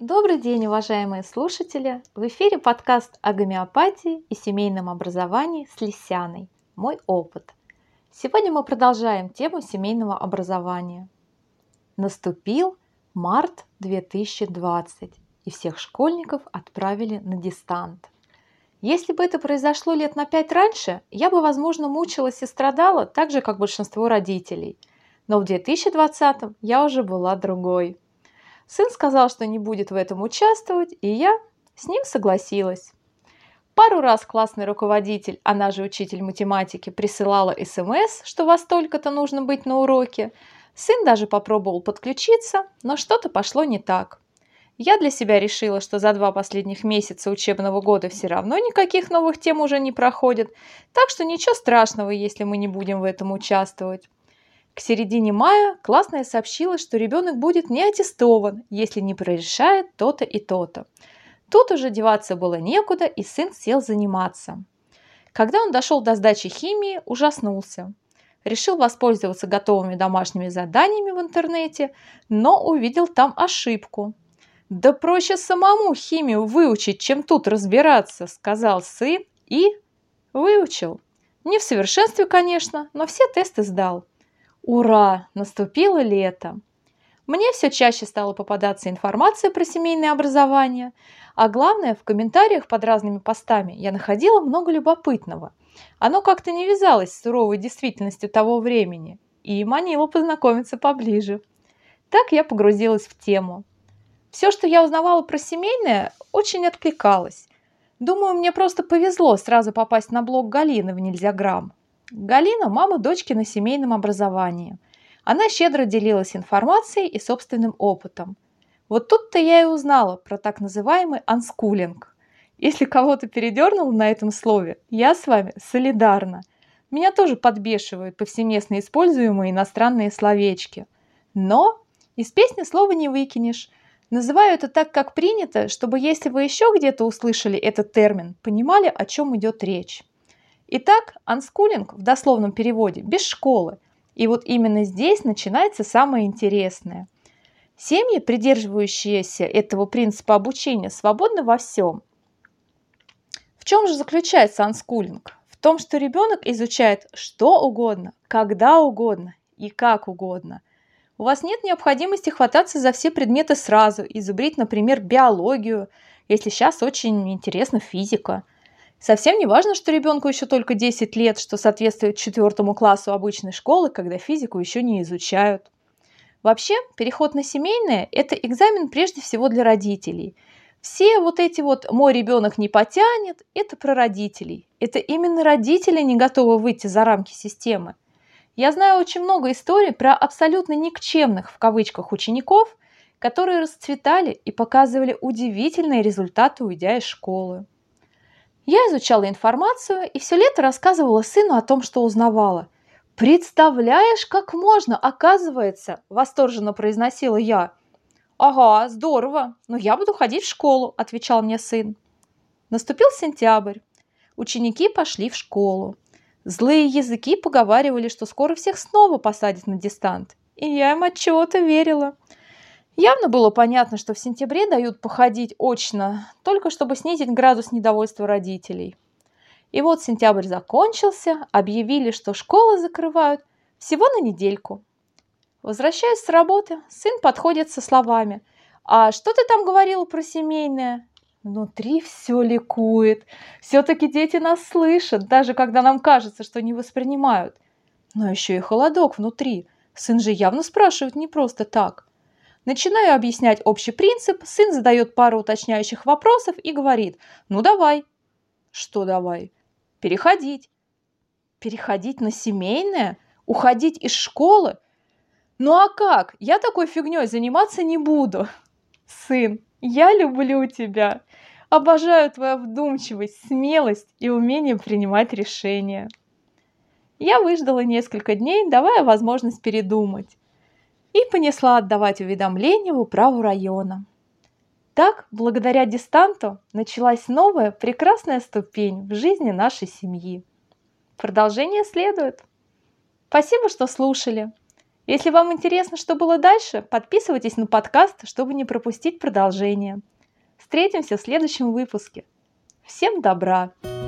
Добрый день, уважаемые слушатели! В эфире подкаст о гомеопатии и семейном образовании с Лисяной. Мой опыт. Сегодня мы продолжаем тему семейного образования. Наступил март 2020, и всех школьников отправили на дистант. Если бы это произошло лет на 5 раньше, я бы, возможно, мучилась и страдала, так же, как большинство родителей. Но в 2020 я уже была другой. Сын сказал, что не будет в этом участвовать, и я с ним согласилась. Пару раз классный руководитель, она же учитель математики, присылала СМС, что во столько-то нужно быть на уроке. Сын даже попробовал подключиться, но что-то пошло не так. Я для себя решила, что за 2 последних месяца учебного года все равно никаких новых тем уже не проходит, так что ничего страшного, если мы не будем в этом участвовать. К середине мая классная сообщила, что ребенок будет не аттестован, если не прорешает то-то и то-то. Тут уже деваться было некуда, и сын сел заниматься. Когда он дошел до сдачи химии, ужаснулся. Решил воспользоваться готовыми домашними заданиями в интернете, но увидел там ошибку. «Да проще самому химию выучить, чем тут разбираться», — сказал сын и выучил. Не в совершенстве, конечно, но все тесты сдал. Ура! Наступило лето. Мне все чаще стала попадаться информация про семейное образование, а главное, в комментариях под разными постами я находила много любопытного. Оно как-то не вязалось с суровой действительностью того времени и манило познакомиться поближе. Так я погрузилась в тему. Все, что я узнавала про семейное, очень откликалось. Думаю, мне просто повезло сразу попасть на блог Галины в Нельзяграм. Галина – мама дочки на семейном образовании. Она щедро делилась информацией и собственным опытом. Вот тут-то я и узнала про так называемый анскулинг. Если кого-то передернуло на этом слове, я с вами солидарна. Меня тоже подбешивают повсеместно используемые иностранные словечки. Но из песни слова не выкинешь. Называю это так, как принято, чтобы если вы еще где-то услышали этот термин, понимали, о чем идет речь. Итак, анскулинг в дословном переводе без школы. И вот именно здесь начинается самое интересное. Семьи, придерживающиеся этого принципа обучения, свободны во всем. В чем же заключается анскулинг? В том, что ребенок изучает что угодно, когда угодно и как угодно. У вас нет необходимости хвататься за все предметы сразу и зубрить, например, биологию, если сейчас очень интересна физика. Совсем не важно, что ребенку еще только 10 лет, что соответствует 4 классу обычной школы, когда физику еще не изучают. Вообще, переход на семейное – это экзамен прежде всего для родителей. Все вот эти вот «мой ребенок не потянет» – это про родителей. Это именно родители не готовы выйти за рамки системы. Я знаю очень много историй про абсолютно никчемных в кавычках учеников, которые расцветали и показывали удивительные результаты, уйдя из школы. Я изучала информацию и все лето рассказывала сыну о том, что узнавала. «Представляешь, как можно, оказывается!» – восторженно произносила я. «Ага, здорово, но я буду ходить в школу», – отвечал мне сын. Наступил сентябрь. Ученики пошли в школу. Злые языки поговаривали, что скоро всех снова посадят на дистант. И я им от чего-то верила. Явно было понятно, что в сентябре дают походить очно, только чтобы снизить градус недовольства родителей. И вот сентябрь закончился, объявили, что школы закрывают всего на недельку. Возвращаясь с работы, сын подходит со словами: «А что ты там говорила про семейное?» Внутри все ликует. Все-таки дети нас слышат, даже когда нам кажется, что не воспринимают. Но еще и холодок внутри. Сын же явно спрашивает не просто так. Начинаю объяснять общий принцип, сын задает пару уточняющих вопросов и говорит: «Ну давай». «Что давай?» «Переходить». «Переходить на семейное? Уходить из школы? Ну а как? Я такой фигней заниматься не буду». «Сын, я люблю тебя. Обожаю твою вдумчивость, смелость и умение принимать решения». Я выждала несколько дней, давая возможность передумать. И понесла отдавать уведомления в управу района. Так, благодаря дистанту, началась новая прекрасная ступень в жизни нашей семьи. Продолжение следует. Спасибо, что слушали. Если вам интересно, что было дальше, подписывайтесь на подкаст, чтобы не пропустить продолжение. Встретимся в следующем выпуске. Всем добра!